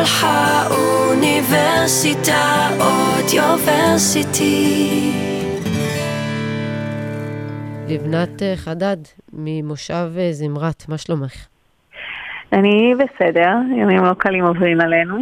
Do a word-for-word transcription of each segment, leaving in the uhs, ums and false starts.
האוניברסיטה אודיוורסיטי. לבנת חדד ממושב זמרת, מה שלומך? אני בסדר, ימים לא קלים עוברים עלינו,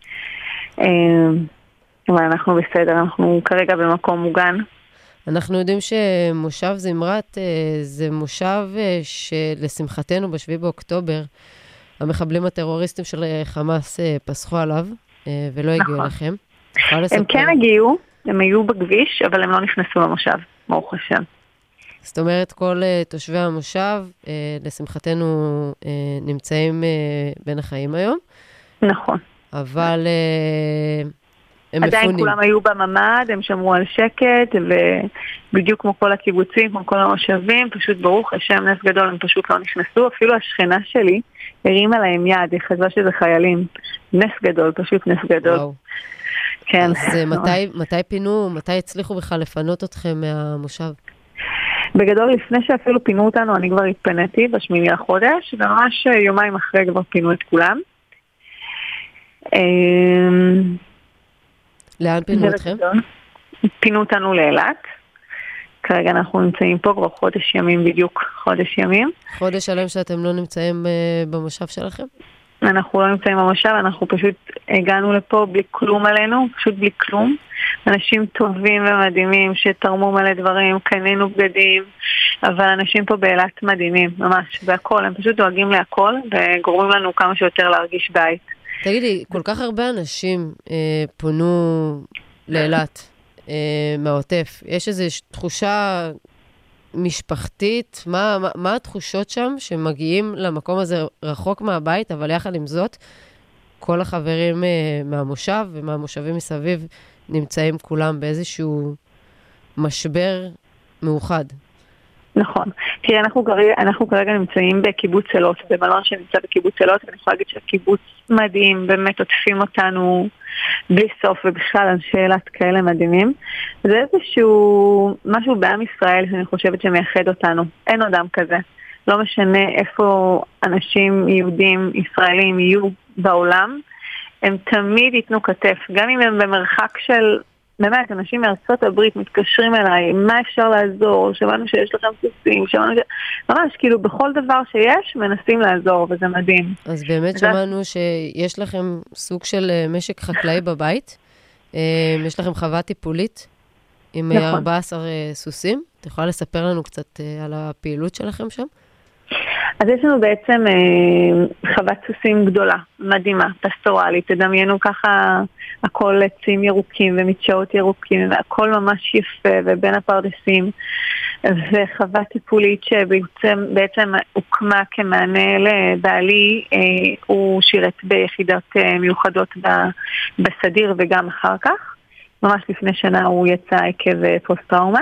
אבל אנחנו בסדר, אנחנו כרגע במקום מוגן. אנחנו יודעים שמושב זמרת זה מושב שלשמחתנו בשביעי באוקטובר המחבלים הטרוריסטים של חמאס פסחו עליו ולא הגיעו לכם. הם כן הגיעו, הם היו בכביש, אבל הם לא נכנסו למושב, ברוך השם. זאת אומרת, כל תושבי המושב, לשמחתנו, נמצאים בין החיים היום. נכון. אבל הם מפונים. עדיין כולם היו בממד, הם שמרו על שקט, ובדיוק כמו כל הקיבוצים, כמו כל המושבים, פשוט ברוך השם, נס גדול, הם פשוט לא נכנסו. אפילו השכנה שלי הרימה להם יד, היא חזרה שזה חיילים. נס גדול, פשוט נס גדול. וואו. כן. אז מתי, מתי פינו, מתי הצליחו בכלל לפנות אתכם מהמושב? בגדול, לפני שאפילו פינו אותנו, אני כבר התפניתי בשמיני לחודש, וממש יומיים אחרי כבר פינו את כולם. לאן פינו אתכם? פינו אותנו לאילת. כרגע אנחנו נמצאים פה כבר חודש ימים בדיוק, חודש ימים. חודש שלם שאתם לא נמצאים במושב שלכם? אנחנו לא נמצאים במושב, אנחנו פשוט הגענו לפה בלי כלום עלינו, פשוט בלי כלום. אנשים טובים ומדהימים שתרמו מלא דברים, קנינו בגדים, אבל אנשים פה באילת מדהימים, ממש, והכל, הם פשוט דואגים להכל וגורמים לנו כמה שיותר להרגיש בית. תגידי, כל כך הרבה אנשים אה, פונו לאילת אה, מהעוטף, יש איזו תחושה משפחתית, מה, מה, מה התחושות שם שמגיעים למקום הזה רחוק מהבית, אבל יחד עם זאת, כל החברים אה, מהמושב ומהמושבים מסביב נמצאים כולם באיזשהו משבר מאוחד. נכון. תראה, אנחנו כרגע, אנחנו כרגע נמצאים בקיבוץ אלות, במלון שנמצא בקיבוץ אלות, ואני יכולה להגיד שהקיבוץ מדהים, באמת עוטפים אותנו בלי סוף, ובכלל אנשי אילת כאלה מדהימים. זה איזשהו משהו בעם ישראל שאני חושבת שמייחד אותנו. אין עוד עם כזה. לא משנה איפה אנשים יהודים, ישראלים יהיו בעולם, הם תמיד ייתנו כתף, גם אם הם במרחק של... באמת, אנשים מארצות הברית מתקשרים אליי, מה אפשר לעזור? שמענו שיש לכם סוסים, שמענו ש... ממש, כאילו, בכל דבר שיש, מנסים לעזור, וזה מדהים. אז באמת שמענו שיש לכם סוג של משק חקלאי בבית, יש לכם חווה טיפולית עם ארבעה עשר סוסים. את יכולה לספר לנו קצת על הפעילות שלכם שם? אז יש לנו בעצם אה, חוות סוסים גדולה, מדהימה, פסטורלית, תדמיינו ככה הכל עצים ירוקים ומדשאות ירוקים, והכל ממש יפה ובין הפרדסים, וחווה טיפולית שבעצם בעצם הוקמה כמענה לבעלי, אה, הוא שירת ביחידות אה, מיוחדות ב, בסדיר וגם אחר כך, ממש לפני שנה הוא יצא עקב פוסט-טראומה,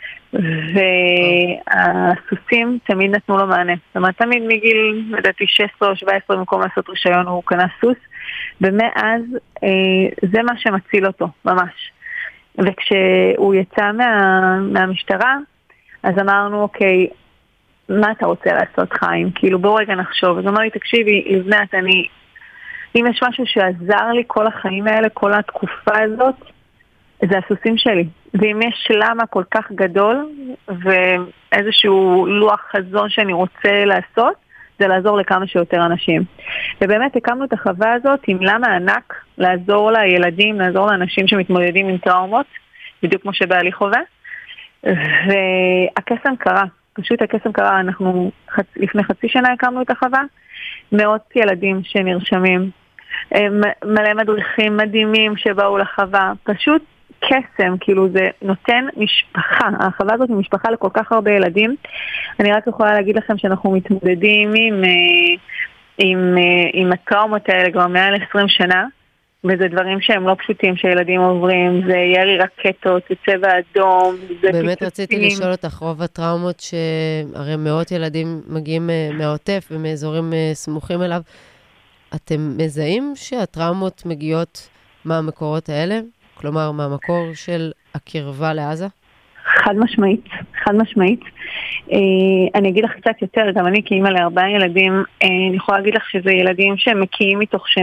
והסוסים תמיד נתנו לו מענה. זאת אומרת, תמיד מגיל, לדעתי, שש עשרה או שבע עשרה במקום לעשות רישיון, הוא קנה סוס, ומאז זה מה שמציל אותו, ממש. וכשהוא יצא מה, מהמשטרה, אז אמרנו, אוקיי, מה אתה רוצה לעשות, חיים? כאילו, בוא רגע נחשוב. אז אמר לי, תקשיבי, לבנת, אני, אם יש משהו שעזר לי כל החיים האלה, כל התקופה הזאת, זה הסוסים שלי. ואם יש למה כל כך גדול ואיזשהו לוח חזון שאני רוצה לעשות, זה לעזור לכמה שיותר אנשים. ובאמת הקמנו את החווה הזאת עם למה ענק, לעזור לילדים, לעזור לאנשים שמתמודדים עם טראומות, בדיוק כמו שבעלי חווה. והקסם קרה, פשוט הקסם קרה. אנחנו חצ... לפני חצי שנה הקמנו את החווה, מאות ילדים שנרשמים, מלא מדריכים מדהימים שבאו לחווה, פשוט קסם, כאילו זה נותן משפחה, החווה הזאת היא משפחה לכל כך הרבה ילדים. אני רק יכולה להגיד לכם שאנחנו מתמודדים עם, עם, עם הטראומות האלה כבר מעל עשרים שנה, וזה דברים שהם לא פשוטים שילדים עוברים, זה ירי רקטות, זה צבע אדום, זה באמת פיצוצים. רציתי לשאול אותך, רוב הטראומות שהרי מאות ילדים מגיעים מהעוטף ומאזורים סמוכים אליו, אתם מזהים שהטראומות מגיעות מהמקורות האלה? כלומר, מהמקור של הקרבה לעזה? חד משמעית, חד משמעית. אני אגיד לך קצת יותר, גם אני כאימא לארבעה ילדים, אני יכולה להגיד לך שזה ילדים שהם מקיאים מתוך שינה.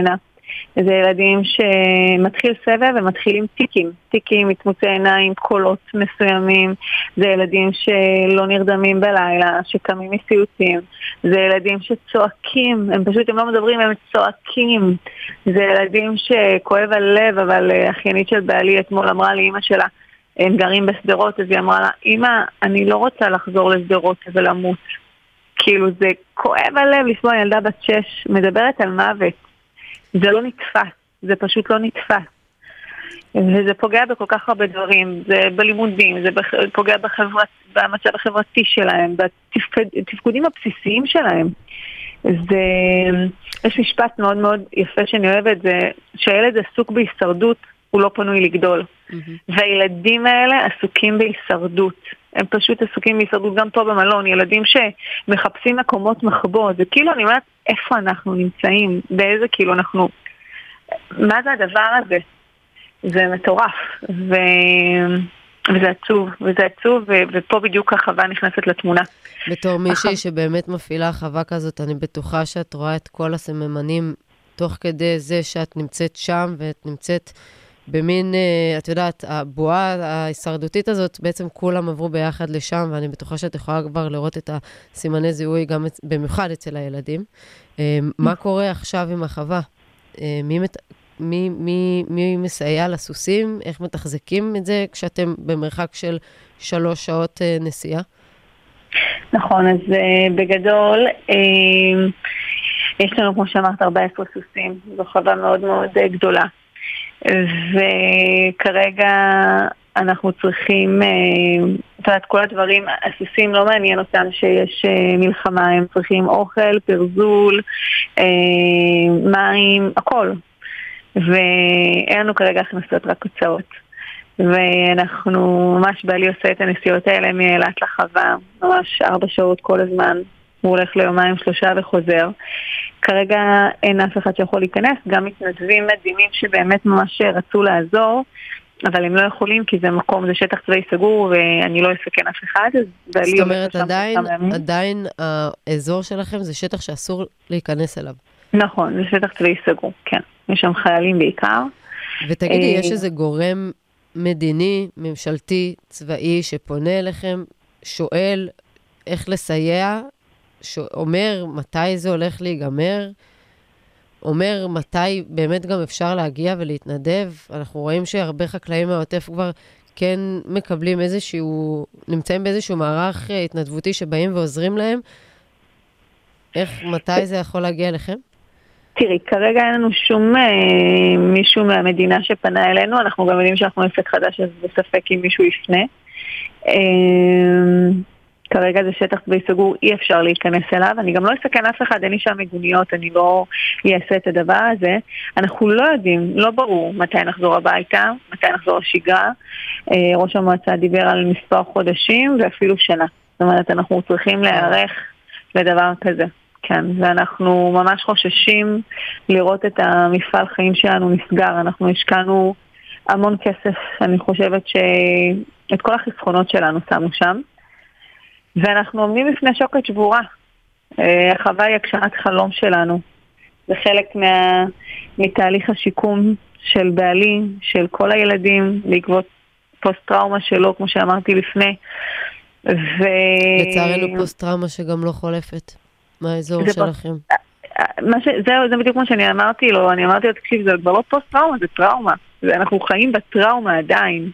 זה ילדים שמתחיל סבב ומתחילים טיקים, טיקים, מתמוצי עיניים, קולות מסוימים, זה ילדים שלא נרדמים בלילה, שקמים מסיוטים, זה ילדים שצועקים, הם פשוט, הם לא מדברים, הם צועקים, זה ילדים שכואב הלב, אבל אחיינית של בעלי אתמול אמרה לי, אמא שלה, הם גרים בסדרות, אז היא אמרה לה, אמא, אני לא רוצה לחזור לסדרות ולמות. כאילו זה כואב הלב לשמוע ילדה בת שש מדברת על מוות. זה לא נתפס, זה פשוט לא נתפס. וזה פוגע בכל כך הרבה דברים, זה בלימודים, זה פוגע בחברת, במצב החברתי שלהם, בתפקודים הבסיסיים שלהם. זה, יש משפט מאוד מאוד יפה שאני אוהבת, זה שהילד עסוק בהישרדות, הוא לא פנוי לגדול. Mm-hmm. והילדים האלה עסוקים בהישרדות. הם פשוט עסוקים בהישרדות גם פה במלון. ילדים שמחפשים מקומות מחבוא. זה כאילו, אני אומרת, איפה אנחנו נמצאים? באיזה כאילו אנחנו... מה זה הדבר הזה? זה מטורף. ו... וזה עצוב. וזה עצוב, ו... ופה בדיוק החווה נכנסת לתמונה. בתור מישהי שבאמת מפעילה חווה כזאת, אני בטוחה שאת רואה את כל הסממנים תוך כדי זה שאת נמצאת שם ואת נמצאת... במין, את יודעת, הבועה ההישרדותית הזאת, בעצם כולם עברו ביחד לשם, ואני בטוחה שאת יכולה כבר לראות את הסימני זיהוי גם במיוחד אצל הילדים. מה קורה עכשיו עם החווה? מי, מי, מי, מי מסייע לסוסים? איך מתחזקים את זה כשאתם במרחק של שלוש שעות נסיעה? נכון, אז בגדול, יש לנו, כמו שאמרת, ארבעה עשר סוסים. זו חווה מאוד מאוד גדולה. וכרגע אנחנו צריכים, את יודעת, כל הדברים, הסוסים לא מעניין אותם שיש מלחמה, הם צריכים אוכל, פרזול, מים, הכל. ואין לנו כרגע הכנסות, רק הוצאות. ואנחנו, ממש בעלי עושה את הנסיעות האלה מאילת לחווה, ממש ארבע שעות כל הזמן. הוא הולך ליומיים שלושה וחוזר. כרגע אין אף אחד שיכול להיכנס, גם מתנדבים מדהימים שבאמת ממש רצו לעזור, אבל הם לא יכולים כי זה מקום, זה שטח צבאי סגור ואני לא אסכן אף אחד. זאת אומרת, עדיין, עדיין האזור שלכם זה שטח שאסור להיכנס אליו. נכון, זה שטח צבאי סגור, כן. יש שם חיילים בעיקר. ותגידי, יש איזה גורם מדיני, ממשלתי, צבאי שפונה אליכם, שואל איך לסייע, שאומר מתי זה הולך להיגמר, אומר מתי באמת גם אפשר להגיע ולהתנדב. אנחנו רואים שהרבה חקלאים מהעוטף כבר כן מקבלים איזשהו, נמצאים באיזשהו מערך התנדבותי שבאים ועוזרים להם. איך, מתי זה יכול להגיע אליכם? תראי, כרגע אין לנו שום אה, מישהו מהמדינה שפנה אלינו, אנחנו גם יודעים שאנחנו עסק חדש, אז בספק אם מישהו יפנה. אה, כרגע זה שטח צבאי סגור, אי אפשר להיכנס אליו, אני גם לא אסכן אף אחד, אין לי שם מגוניות, אני לא אעשה את הדבר הזה. אנחנו לא יודעים, לא ברור מתי נחזור הביתה, מתי נחזור לשגרה. ראש המועצה דיבר על מספר חודשים ואפילו שנה. זאת אומרת, אנחנו צריכים להיערך לדבר כזה. כן, ואנחנו ממש חוששים לראות את המפעל חיים שלנו נסגר. אנחנו השקענו המון כסף, אני חושבת שאת כל החסכונות שלנו שמו שם. ואנחנו עומדים בפני שוקת שבורה. החווה היא הגשמת חלום שלנו. זה חלק מה... מתהליך השיקום של בעלי, של כל הילדים, בעקבות פוסט-טראומה שלו, כמו שאמרתי לפני. ו... לצערנו פוסט-טראומה שגם לא חולפת מהאזור שלכם. מה ש... זה, זה בדיוק כמו שאני אמרתי לו, אני אמרתי לו, תקשיב, זה כבר לא פוסט-טראומה, זה טראומה. אנחנו חיים בטראומה עדיין.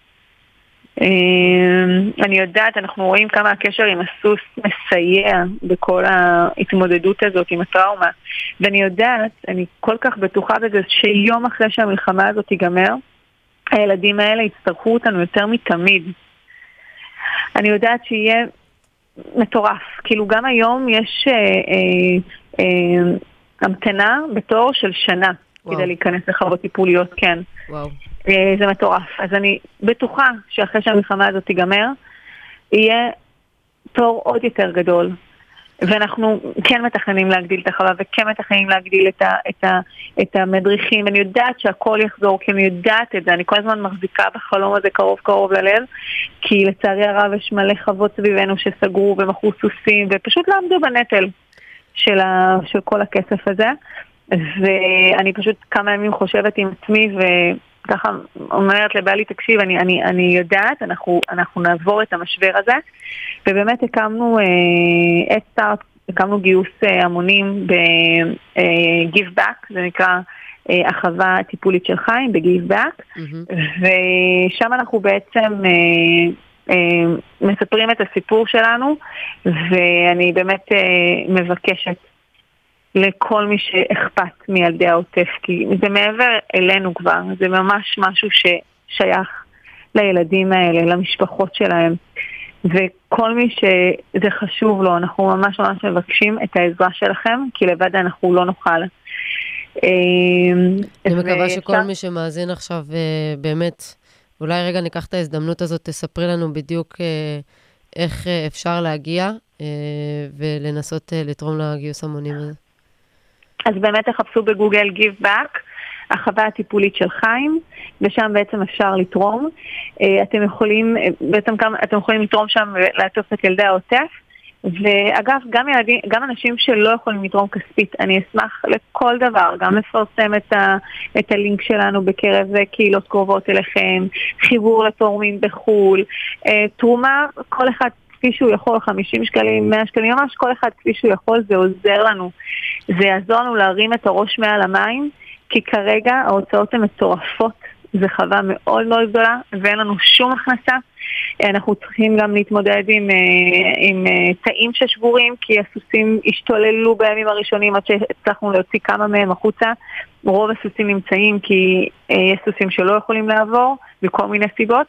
אני יודעת, אנחנו רואים כמה הקשר עם הסוס מסייע בכל ההתמודדות הזאת עם הטראומה, ואני יודעת, אני כל כך בטוחה בזה שיום אחרי שהמלחמה הזאת תיגמר, הילדים האלה יצטרכו אותנו יותר מתמיד. אני יודעת שיהיה מטורף, כאילו גם היום יש אה, אה, אה, המתנה בתור של שנה, וואו. כדי להיכנס לחוות טיפוליות, כן. וואו. זה מטורף. אז אני בטוחה שאחרי שהמלחמה הזאת תיגמר, יהיה תור עוד יותר גדול. ואנחנו כן מתכננים להגדיל את החווה, וכן מתכננים להגדיל את, ה, את, ה, את המדריכים. אני יודעת שהכל יחזור, כי אני יודעת את זה. אני כל הזמן מחזיקה בחלום הזה קרוב קרוב ללב, כי לצערי הרב יש מלא חוות סביבנו שסגרו ומכרו סוסים, ופשוט לא עמדו בנטל של, ה, של כל הכסף הזה. ואני פשוט כמה ימים חושבת עם עצמי וככה אומרת לבעלי, תקשיב, אני, אני, אני יודעת, אנחנו, אנחנו נעבור את המשבר הזה, ובאמת הקמנו את סטארט, הקמנו גיוס המונים ב-Give Back, זה נקרא החווה הטיפולית של חיים ב-Give Back, mm-hmm. ושם אנחנו בעצם מספרים את הסיפור שלנו, ואני באמת מבקשת לכל מי שאכפת מילדי העוטף, כי זה מעבר אלינו כבר, זה ממש משהו ששייך לילדים האלה, למשפחות שלהם, וכל מי שזה חשוב לו, אנחנו ממש ממש מבקשים את העזרה שלכם, כי לבד אנחנו לא נוכל. אני מקווה שכל מי שמאזין עכשיו באמת, אולי רגע ניקח את ההזדמנות הזאת, תספרי לנו בדיוק איך אפשר להגיע ולנסות לתרום לגיוס המונים הזה. אז באמת תחפשו בגוגל Give Back, החווה הטיפולית של חיים, ושם בעצם אפשר לתרום. אתם יכולים, בעצם אתם יכולים לתרום שם ולעטוף את ילדי העוטף, ואגב, גם ילדים, גם אנשים שלא יכולים לתרום כספית, אני אשמח לכל דבר, גם לפרסם את, ה, את הלינק שלנו בקרב קהילות קרובות אליכם, חיבור לתורמים בחול, תרומה, כל אחד כפי שהוא יכול, חמישים שקלים, מאה שקלים, ממש כל אחד כפי שהוא יכול, זה עוזר לנו. זה יעזור לנו להרים את הראש מעל המים, כי כרגע ההוצאות הן מטורפות, זה חווה מאוד מאוד גדולה, ואין לנו שום הכנסה. אנחנו צריכים גם להתמודד עם, עם תאים ששבורים, כי הסוסים השתוללו בימים הראשונים, עד שהצלחנו להוציא כמה מהם החוצה. רוב הסוסים נמצאים, כי יש סוסים שלא יכולים לעבור, בכל מיני סיבות.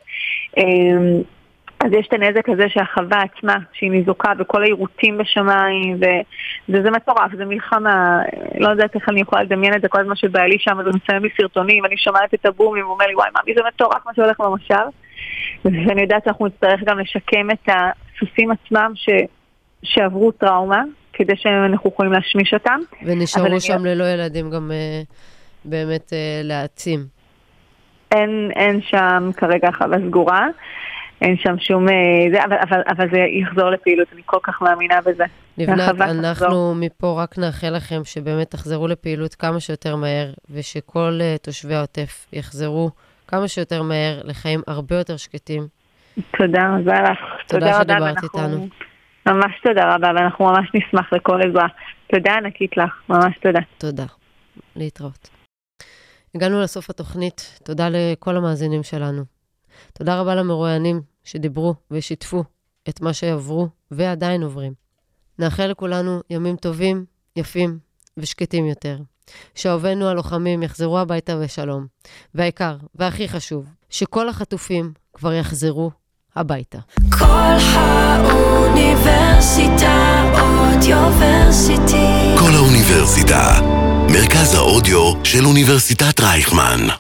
אז יש את הנזק הזה שהחווה עצמה, שהיא ניזוקה וכל העירותים בשמיים, וזה מטורף, זה מלחמה, לא יודעת איך אני יכולה לדמיין את זה, כל הזמן שבעלי שם, אז הוא מצלם לי סרטונים, אני שומעת את הבומים, הוא אומר לי, וואי, מאמי, זה מטורף מה שהולך במושב, ואני יודעת שאנחנו נצטרך גם לשקם את הסוסים עצמם ש... שעברו טראומה, כדי שאנחנו יכולים להשמיש אותם. ונשארו שם אני... ללא ילדים גם uh, באמת uh, להעצים. אין, אין שם כרגע חווה סגורה, אין שם שום, זה, אבל, אבל, אבל זה יחזור לפעילות, אני כל כך מאמינה בזה. לבנת, אנחנו תחזור. מפה רק נאחל לכם שבאמת תחזרו לפעילות כמה שיותר מהר, ושכל uh, תושבי העוטף יחזרו כמה שיותר מהר לחיים הרבה יותר שקטים. תודה רבה לך. תודה, תודה שדיברת איתנו. ממש תודה רבה, ואנחנו ממש נשמח לכל עזרה. תודה ענקית לך, ממש תודה. תודה. להתראות. הגענו לסוף התוכנית, תודה לכל המאזינים שלנו. תודה רבה למרואיינים שדיברו ושיתפו את מה שעברו ועדיין עוברים. נאחל לכולנו ימים טובים, יפים ושקטים יותר. שאהובינו הלוחמים יחזרו הביתה בשלום. והעיקר, והכי חשוב, שכל החטופים כבר יחזרו הביתה. כל האוניברסיטה אודיוורסיטי. כל האוניברסיטה, מרכז האודיו של אוניברסיטת רייכמן.